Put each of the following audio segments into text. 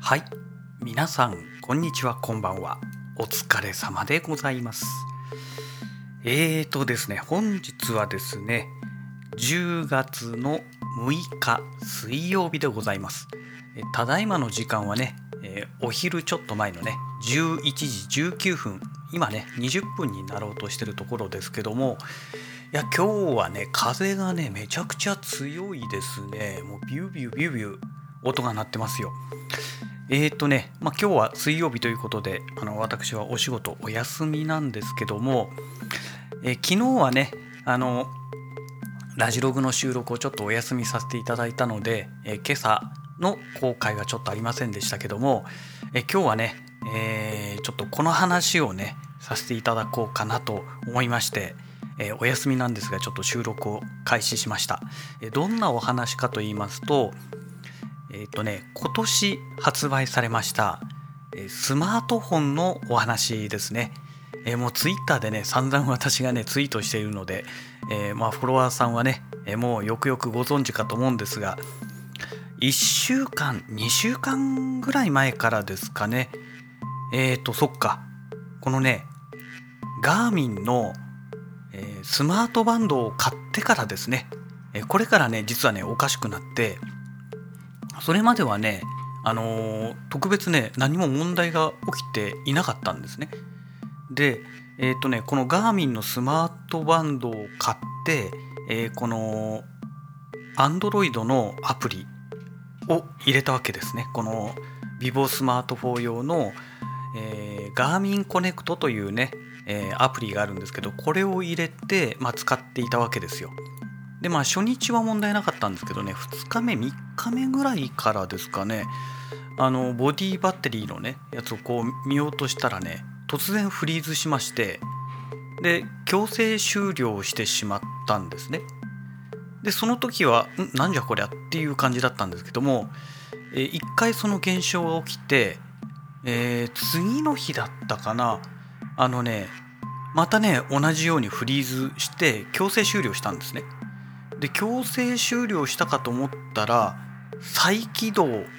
はい、皆さんこんにちは、こんばんは。お疲れ様でございます。ですね、本日はですね、10月の6日水曜日でございます。ただいまの時間はね、お昼ちょっと前のね、11時19分、今ね、20分になろうとしてるところですけども、今日はね、風がね、めちゃくちゃ強いですね。もうビュービュービュービュー音が鳴ってますよ。今日は水曜日ということで、私はお仕事お休みなんですけども、昨日はね、ラジログの収録をちょっとお休みさせていただいたので、今朝の公開がちょっとありませんでしたけども、今日はね、ちょっとこの話をねさせていただこうかなと思いまして、お休みなんですがちょっと収録を開始しました。どんなお話かと言いますと、今年発売されましたスマートフォンのお話ですね。もうツイッターでね散々私がねツイートしているので、フォロワーさんはね、もうよくよくご存知かと思うんですが、1週間2週間ぐらい前からですかね。そっか、このねガーミンの、スマートバンドを買ってからですね、これからね実はねおかしくなって、それまではね、特別ね何も問題が起きていなかったんですね。で、このガーミンのスマートバンドを買って、この Android のアプリを入れたわけですね。この Vivo スマート4用の、ガーミンコネクトというね、アプリがあるんですけど、これを入れて、使っていたわけですよ。で初日は問題なかったんですけどね、2日目3日目ぐらいからですかね、ボディバッテリーのねやつをこう見ようとしたらね、突然フリーズしまして、で強制終了してしまったんですね。でその時はなんじゃこりゃっていう感じだったんですけども、一回その現象が起きて、次の日だったかな、またね同じようにフリーズして強制終了したんですね。で強制終了したかと思ったら再起動を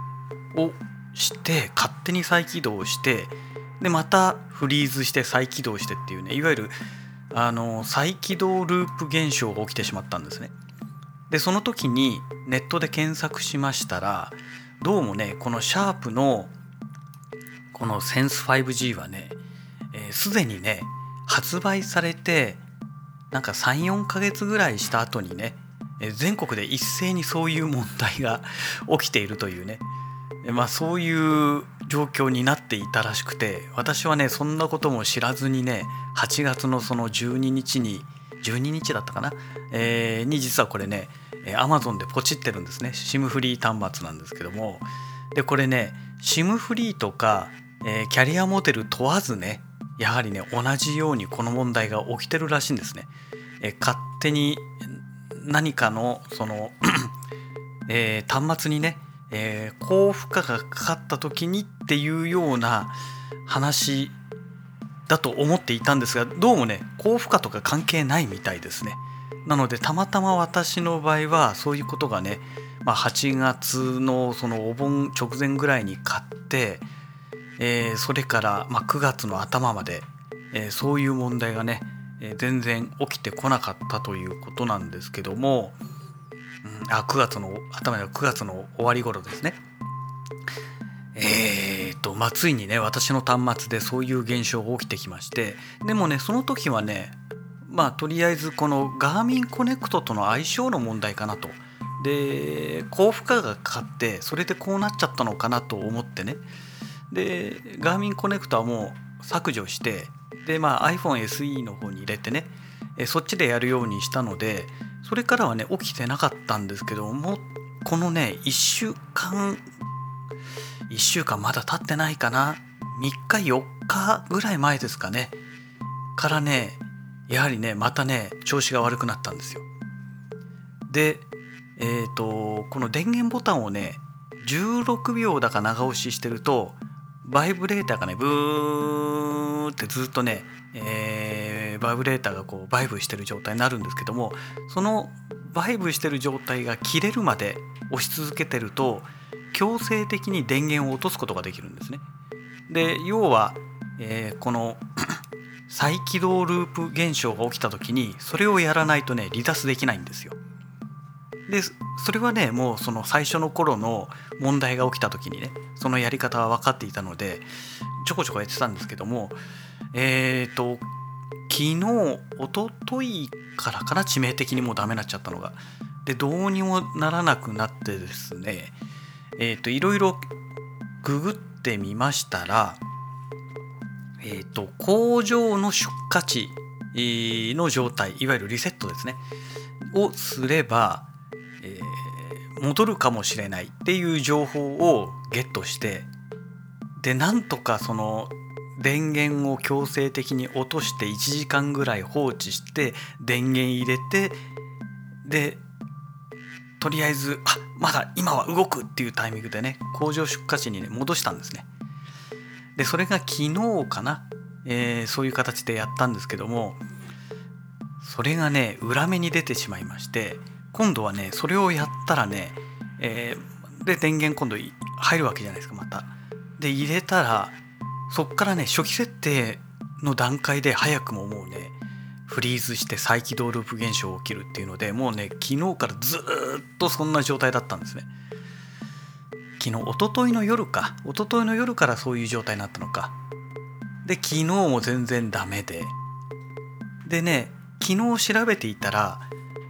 して勝手に再起動して、でまたフリーズして再起動してっていうね、いわゆる再起動ループ現象が起きてしまったんですね。でその時にネットで検索しましたら、どうもねこのシャープのこのセンス 5G はねすでにね発売されてなんか 3,4 ヶ月ぐらいした後にね、全国で一斉にそういう問題が起きているというね、そういう状況になっていたらしくて、私はねそんなことも知らずにね、8月のその12日に12日だったかな、に実はこれね Amazon でポチってるんですね。 SIM フリー端末なんですけども、でこれね SIM フリーとか、キャリアモデル問わずね、やはりね同じようにこの問題が起きてるらしいんですね。勝手に何かのその、端末にね、高負荷がかかった時にっていうような話だと思っていたんですが、どうもね高負荷とか関係ないみたいですね。なのでたまたま私の場合はそういうことがね、8月のそのお盆直前ぐらいに買って、それから、9月の頭まで、そういう問題がね、全然起きてこなかったということなんですけども、9月の頭では9月の終わり頃ですね。ついにね私の端末でそういう現象が起きてきまして、でもねその時はねとりあえずこのガーミンコネクトとの相性の問題かなと。で高負荷がかかってそれでこうなっちゃったのかなと思ってね、でガーミンコネクトはもう削除して、でiPhone SE の方に入れてね、そっちでやるようにしたので、それからはね起きてなかったんですけども、このね1週間まだ経ってないかな、3日4日ぐらい前ですかねからね、やはりねまたね調子が悪くなったんですよ。でこの電源ボタンをね16秒だか長押ししてるとバイブレーターがねブーってずっとね、バイブレーターがこうバイブしてる状態になるんですけども、そのバイブしてる状態が切れるまで押し続けてると強制的に電源を落とすことができるんですね。で要は、この再起動ループ現象が起きた時にそれをやらないとね離脱できないんですよ。でそれはねもうその最初の頃の問題が起きた時にねそのやり方は分かっていたのでちょこちょこやってたんですけども、昨日一昨日からかな、致命的にもうダメになっちゃったのが。でどうにもならなくなってですね、いろいろググってみましたら、工場の出荷値の状態、いわゆるリセットですねをすれば、戻るかもしれないっていう情報をゲットして、でなんとかその電源を強制的に落として1時間ぐらい放置して電源入れて、でとりあえずまだ今は動くっていうタイミングでね工場出荷地にね戻したんですね。でそれが昨日かな、そういう形でやったんですけども、それがね裏目に出てしまいまして、今度はねそれをやったらね、で電源今度入るわけじゃないですかまた。で入れたらそっからね初期設定の段階で早くももうねフリーズして再起動ループ現象が起きるっていうので、もうね昨日からずっとそんな状態だったんですね。一昨日の夜からそういう状態になったのか。で昨日も全然ダメでね、昨日調べていたら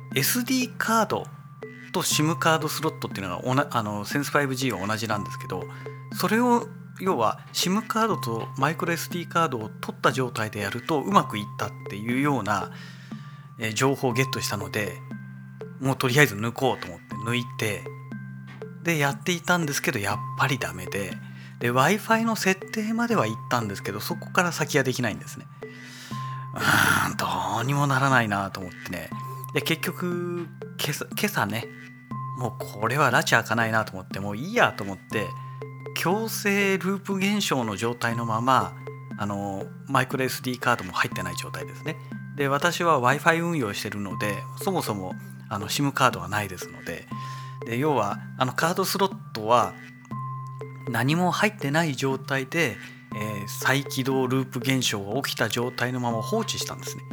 SD カードと SIM カードスロットっていうのがセンス 5G は同じなんですけど、それを要は SIM カードとマイクロ SD カードを取った状態でやるとうまくいったっていうような情報をゲットしたので、もうとりあえず抜こうと思って抜いて、でやっていたんですけどやっぱりダメで、Wi-Fi の設定までは行ったんですけどそこから先はできないんですね。どうにもならないなと思ってね。で結局今朝ねもうこれは拉致開かないなと思ってもういいやと思って強制ループ現象の状態のままマイクロ SD カードも入ってない状態ですね。で私は Wi-Fi 運用してるのでそもそもSIM カードはないですので、要はカードスロットは何も入ってない状態で、再起動ループ現象が起きた状態のまま放置したんですね。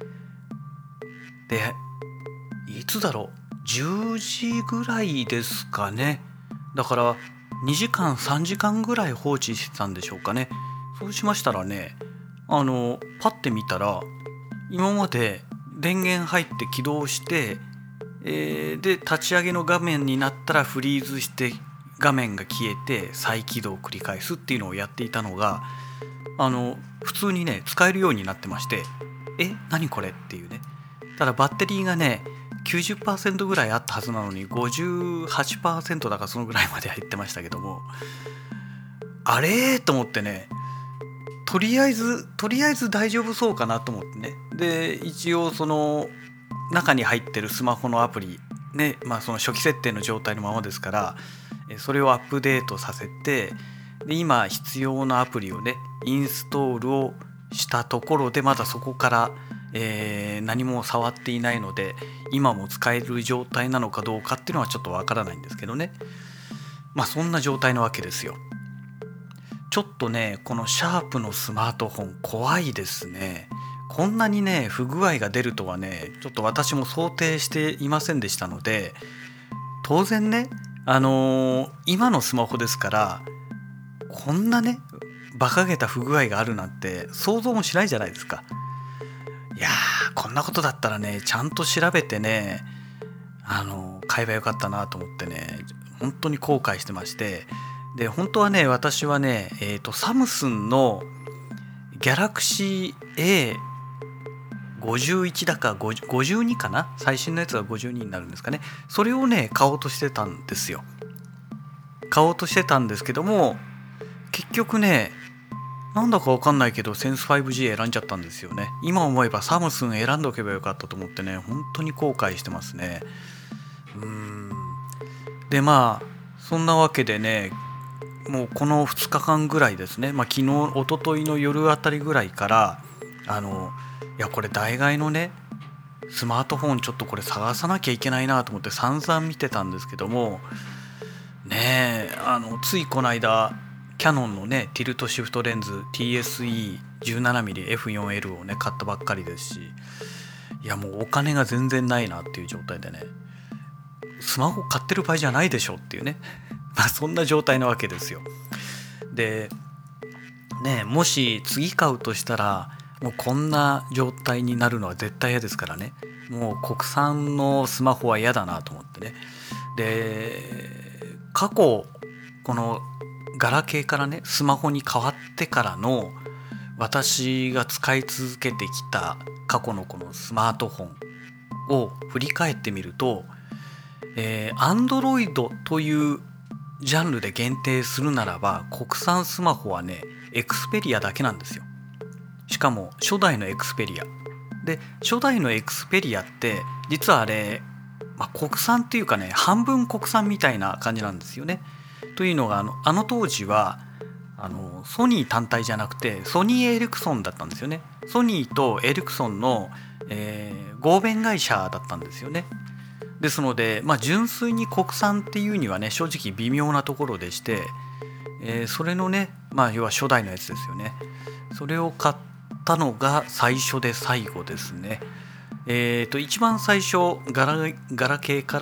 でいつだろう10時ぐらいですかね。だから2時間3時間ぐらい放置してたんでしょうかね。そうしましたらねパッて見たら今まで電源入って起動して、で立ち上げの画面になったらフリーズして画面が消えて再起動を繰り返すっていうのをやっていたのが普通にね使えるようになってまして、何これっていうね。ただバッテリーがね 90% ぐらいあったはずなのに 58% だかそのぐらいまで入ってましたけども、あれと思ってね、とりあえず大丈夫そうかなと思ってね。で一応その中に入ってるスマホのアプリね、その初期設定の状態のままですからそれをアップデートさせて、で今必要なアプリをねインストールをしたところでまだそこから、何も触っていないので今も使える状態なのかどうかっていうのはちょっとわからないんですけどね。そんな状態なわけですよ。ちょっとねこのシャープのスマートフォン怖いですね。こんなにね不具合が出るとはねちょっと私も想定していませんでしたので、当然ね今のスマホですからこんなね馬鹿げた不具合があるなんて想像もしないじゃないですか。いやこんなことだったらねちゃんと調べてね買えばよかったなと思ってね本当に後悔してまして、で本当はね私はねサムスンのギャラクシー A51 だか52かな、最新のやつが52になるんですかね。それをね買おうとしてたんですけども、結局ねなんだかわかんないけどセンス 5G 選んじゃったんですよね。今思えばサムスン選んでおけばよかったと思ってね本当に後悔してますね。でそんなわけでねもうこの2日間ぐらいですね、昨日一昨日の夜あたりぐらいからいやこれ代替のねスマートフォンちょっとこれ探さなきゃいけないなと思って散々見てたんですけども、 ねえ、ついこの間キャノンのねティルトシフトレンズ TSE17mmF4L をね買ったばっかりですし、いやもうお金が全然ないなっていう状態でね、スマホ買ってる場合じゃないでしょっていうねまあそんな状態なわけですよ。でね、もし次買うとしたらもうこんな状態になるのは絶対嫌ですからね、もう国産のスマホは嫌だなと思ってね。で過去このガラケーからねスマホに変わってからの私が使い続けてきた過去のこのスマートフォンを振り返ってみると、Android というジャンルで限定するならば国産スマホはねエクスペリアだけなんですよ。しかも初代のエクスペリアで、初代のエクスペリアって実はあれ、国産っていうかね半分国産みたいな感じなんですよね。というのがあの当時はソニー単体じゃなくてソニーエリクソンだったんですよね。ソニーとエリクソンの、合弁会社だったんですよね。ですので、純粋に国産っていうにはね正直微妙なところでして、それのね、要は初代のやつですよね。それを買ったのが最初で最後ですね。一番最初ガラケーから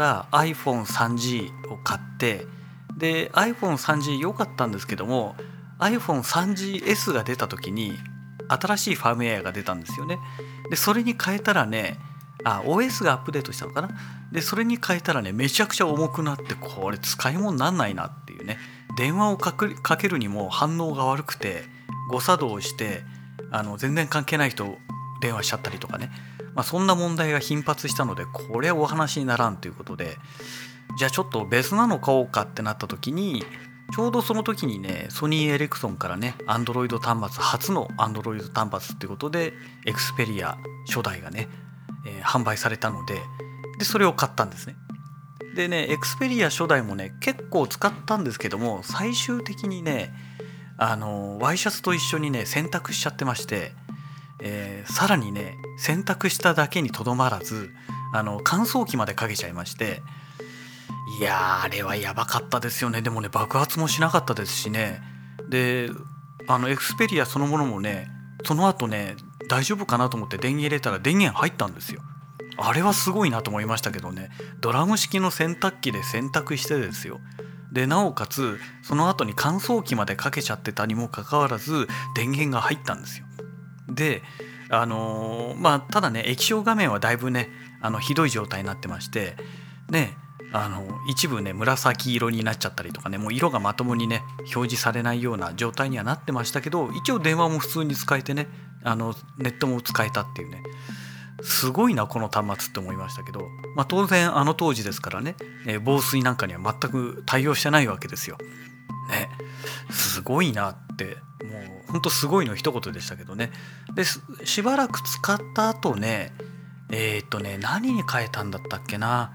iPhone3G を買って、で iPhone3G 良かったんですけども iPhone3GS が出た時に新しいファームウェアが出たんですよね。でそれに変えたらね、OS がアップデートしたのかな。でそれに変えたらねめちゃくちゃ重くなって、これ使い物になんないなっていうね。電話をかけるにも反応が悪くて誤作動して全然関係ない人電話しちゃったりとかね、そんな問題が頻発したのでこれはお話にならんということで、じゃあちょっと別なの買おうかってなった時にちょうどその時にねソニーエレクソンからね Android 端末初の Android 端末っていうことでエクスペリア初代がね、販売されたので、それを買ったんですね。でねエクスペリア初代もね結構使ったんですけども、最終的にねワイシャツと一緒にね洗濯しちゃってまして、さらにね洗濯しただけにとどまらず乾燥機までかけちゃいまして、いやーあれはやばかったですよね。でもね爆発もしなかったですしね。でエクスペリアそのものもねその後ね大丈夫かなと思って電源入れたら電源入ったんですよ。あれはすごいなと思いましたけどね。ドラム式の洗濯機で洗濯してですよ。でなおかつその後に乾燥機までかけちゃってたにもかかわらず電源が入ったんですよ。でただね液晶画面はだいぶねひどい状態になってましてね、一部ね紫色になっちゃったりとかね、もう色がまともにね表示されないような状態にはなってましたけど、一応電話も普通に使えてねネットも使えたっていうね、すごいなこの端末って思いましたけど、当然当時ですからね、防水なんかには全く対応してないわけですよね。すごいなって、もうほんとすごいの一言でしたけどね。でしばらく使った後ね何に変えたんだったっけな、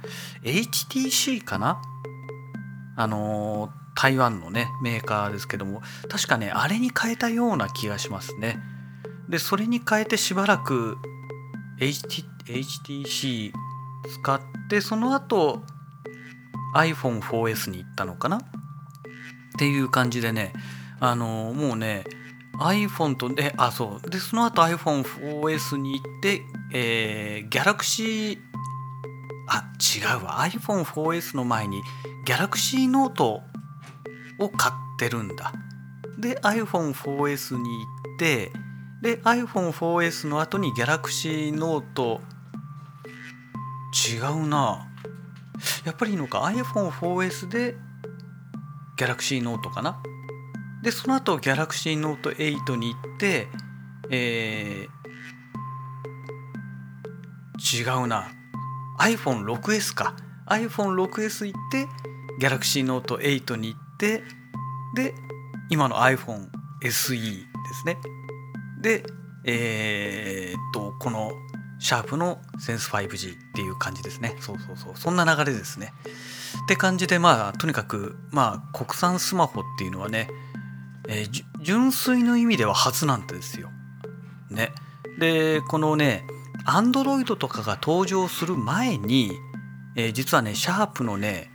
HTC かな、台湾のねメーカーですけども、確かねあれに変えたような気がしますね。でそれに変えてしばらく HTC 使って、その後 iPhone4S に行ったのかなっていう感じでね、もうね iPhone とそうでその後 iPhone4S に行って、Galaxy 違うわ iPhone4S の前に Galaxy Note を買ってるんだ。で iPhone4S に行って、で iPhone4S の後に Galaxy Note、 違うな、やっぱりいいのか iPhone4S で Galaxy Note かな。でその後 Galaxy Note 8に行って、違うな iPhone6S か iPhone6S 行って Galaxy Note 8に行って、で今の iPhone SE ですね。でこのシャープのセンス 5G っていう感じですね。そうそんな流れですね。って感じでとにかく国産スマホっていうのはね、純粋の意味では初なんですよね。でこのね Android とかが登場する前に、実はねシャープのね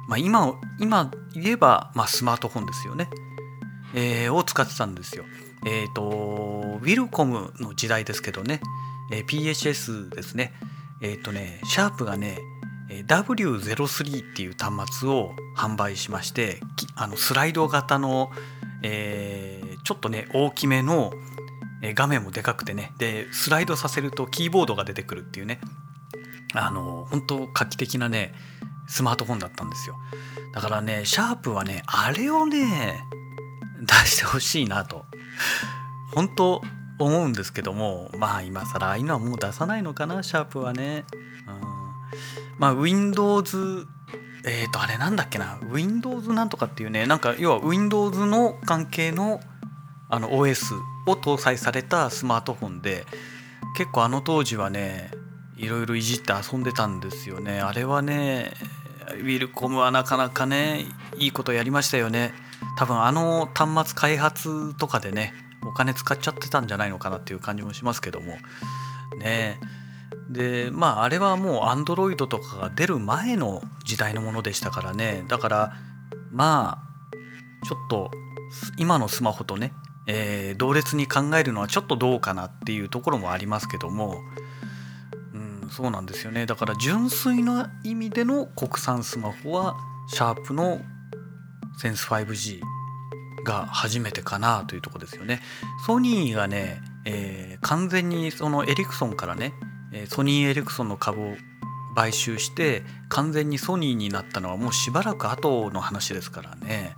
今言えば、スマートフォンですよね、を使ってたんですよ。ウィルコムの時代ですけどね、PHS ですね。シャープがね、W03 っていう端末を販売しまして、スライド型の、ちょっとね大きめの画面もでかくてね、でスライドさせるとキーボードが出てくるっていうね、本当画期的なねスマートフォンだったんですよ。だからね、シャープはねあれをね出してほしいなと本当思うんですけども、今更ああいうのはもう出さないのかな、シャープはね。Windows あれなんだっけな、 Windows なんとかっていうね、なんか要は Windows の関係のOS を搭載されたスマートフォンで、結構当時はねいろいろいじって遊んでたんですよね。あれはね、ウィルコムはなかなかねいいことやりましたよね。多分端末開発とかでねお金使っちゃってたんじゃないのかなっていう感じもしますけどもね。であれはもう Android とかが出る前の時代のものでしたからね。だからちょっと今のスマホとね、同列に考えるのはちょっとどうかなっていうところもありますけども、そうなんですよね。だから純粋な意味での国産スマホはシャープのセンス 5G が初めてかなというところですよね。ソニーがね、完全にそのエリクソンからね、ソニーエリクソンの株を買収して完全にソニーになったのはもうしばらく後の話ですからね。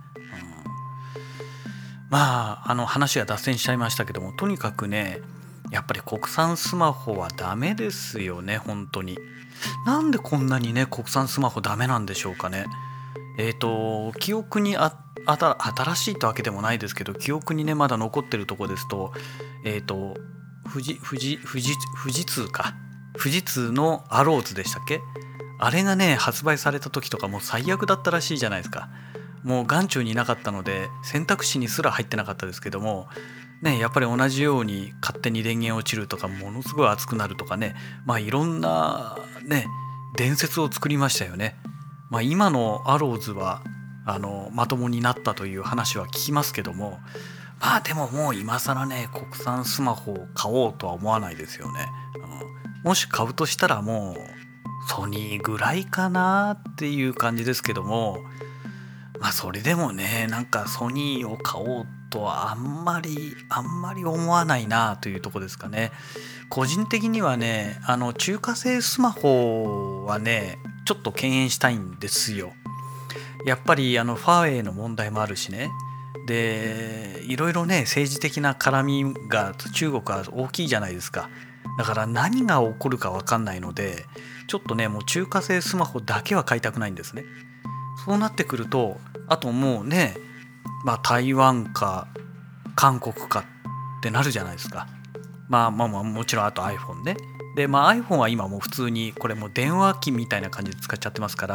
話が脱線しちゃいましたけども、とにかくねやっぱり国産スマホはダメですよね。本当になんでこんなにね国産スマホダメなんでしょうかね。記憶に新しいってわけでもないですけど、記憶にねまだ残ってるとこですと、富士通のアローズでしたっけ、あれがね発売された時とかもう最悪だったらしいじゃないですか。もう眼中になかったので選択肢にすら入ってなかったですけどもね、やっぱり同じように勝手に電源落ちるとかものすごい熱くなるとかね、いろんなね伝説を作りましたよね。今のアローズはまともになったという話は聞きますけども、でももう今更ね国産スマホを買おうとは思わないですよね。もし買うとしたらもうソニーぐらいかなっていう感じですけども、それでもねなんかソニーを買おうとはあんまり思わないなというとこですかね。個人的にはね中華製スマホはねちょっと敬遠したいんですよ。やっぱりファーウェイの問題もあるしね、でいろいろね政治的な絡みが中国は大きいじゃないですか。だから何が起こるか分かんないので、ちょっとねもう中華製スマホだけは買いたくないんですね。そうなってくるとあともうね台湾か韓国かってなるじゃないですか。もちろんあと iPhone ね。でiPhone は今もう普通にこれもう電話機みたいな感じで使っちゃってますから、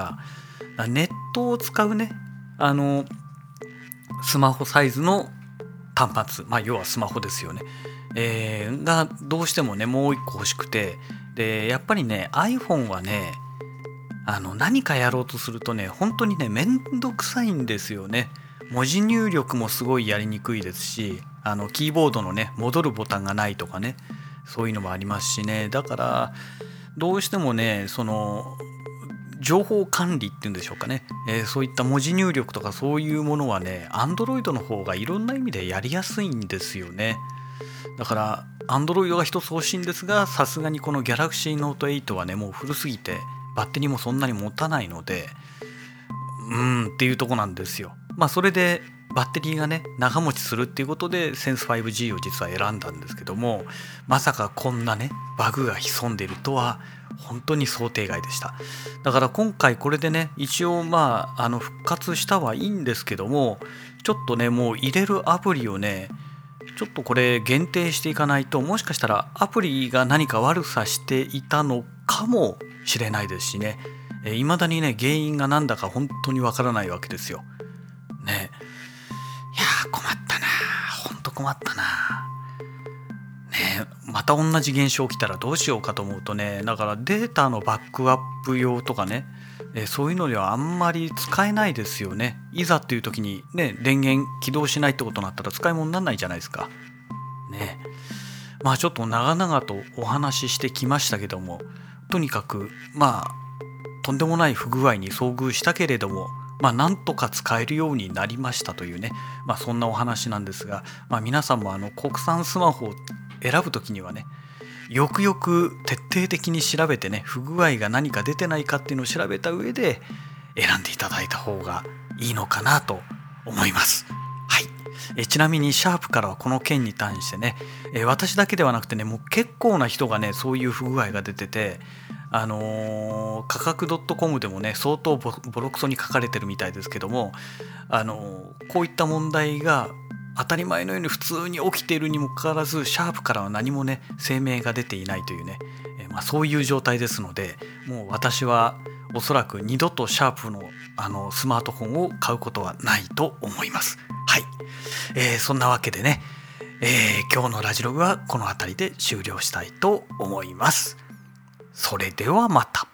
ネットを使うねスマホサイズの端末、要はスマホですよね、がどうしてもねもう一個欲しくて、でやっぱりね iPhone はね何かやろうとするとね本当にねめんどくさいんですよね。文字入力もすごいやりにくいですし、キーボードのね戻るボタンがないとかね、そういうのもありますしね。だからどうしてもねその情報管理っていうんでしょうかね、そういった文字入力とかそういうものはね Android の方がいろんな意味でやりやすいんですよね。だから Android が一つ欲しいんですが、さすがにこの Galaxy Note 8はねもう古すぎてバッテリーもそんなに持たないのでっていうとこなんですよ。それでバッテリーがね長持ちするっていうことで Sense5G を実は選んだんですけども、まさかこんなねバグが潜んでいるとは本当に想定外でした。だから今回これでね一応復活したはいいんですけども、ちょっとねもう入れるアプリをねちょっとこれ限定していかないと、もしかしたらアプリが何か悪さしていたのかもしれないですしね、未だにね原因が何だか本当にわからないわけですよね。いやー困ったな、本当困ったなね。また同じ現象起きたらどうしようかと思うとね、だからデータのバックアップ用とかね、 そういうのではあんまり使えないですよね。いざっていう時にね、電源起動しないってことになったら使い物にならないじゃないですかね。ちょっと長々とお話ししてきましたけども、とにかくとんでもない不具合に遭遇したけれども、なんとか使えるようになりましたというね、そんなお話なんですが、皆さんも国産スマホを選ぶときにはね、よくよく徹底的に調べてね、不具合が何か出てないかっていうのを調べた上で選んでいただいた方がいいのかなと思います。はい。ちなみにシャープからはこの件に関してね、私だけではなくてね、もう結構な人がね、そういう不具合が出てて、価格 .com でもね、相当ボロクソに書かれてるみたいですけども、こういった問題が当たり前のように普通に起きているにもかかわらず、シャープからは何もね、声明が出ていないというね、そういう状態ですので、もう私はおそらく二度とシャープのスマートフォンを買うことはないと思います。はい。そんなわけでね、今日のラジログはこの辺りで終了したいと思います。それではまた。